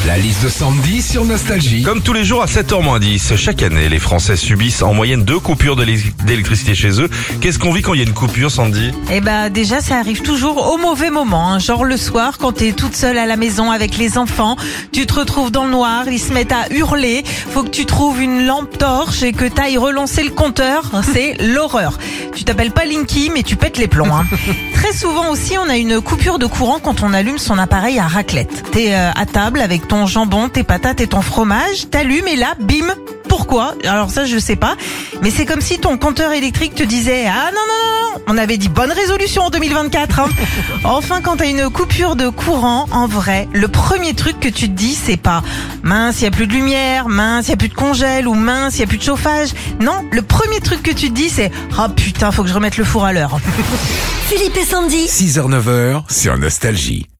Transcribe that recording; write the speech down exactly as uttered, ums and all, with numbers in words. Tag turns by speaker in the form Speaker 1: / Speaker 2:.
Speaker 1: La liste de Sandy sur Nostalgie.
Speaker 2: Comme tous les jours à sept heures moins dix, chaque année, les Français subissent en moyenne deux coupures d'électricité chez eux. Qu'est-ce qu'on vit quand il y a une coupure, Sandy?
Speaker 3: Eh ben déjà ça arrive toujours au mauvais moment, hein. Genre le soir quand t'es toute seule à la maison avec les enfants, tu te retrouves dans le noir, ils se mettent à hurler, faut que tu trouves une lampe torche et que t'ailles relancer le compteur, c'est l'horreur. Tu t'appelles pas Linky mais tu pètes les plombs, hein. Très souvent aussi on a une coupure de courant quand on allume son appareil à raclette. T'es euh, à table avec ton jambon, tes patates et ton fromage, t'allumes et là bim. Pourquoi? Alors ça je sais pas, mais c'est comme si ton compteur électrique te disait ah non non non, on avait dit bonne résolution en deux mille vingt-quatre. Hein. Enfin quand t'as une coupure de courant, en vrai, le premier truc que tu te dis c'est pas mince y a plus de lumière, mince y a plus de congèle ou mince y a plus de chauffage. Non, le premier truc que tu te dis c'est ah oh, putain faut que je remette le four à l'heure.
Speaker 4: Philippe et Sandy.
Speaker 1: six heures neuf heures sur Nostalgie.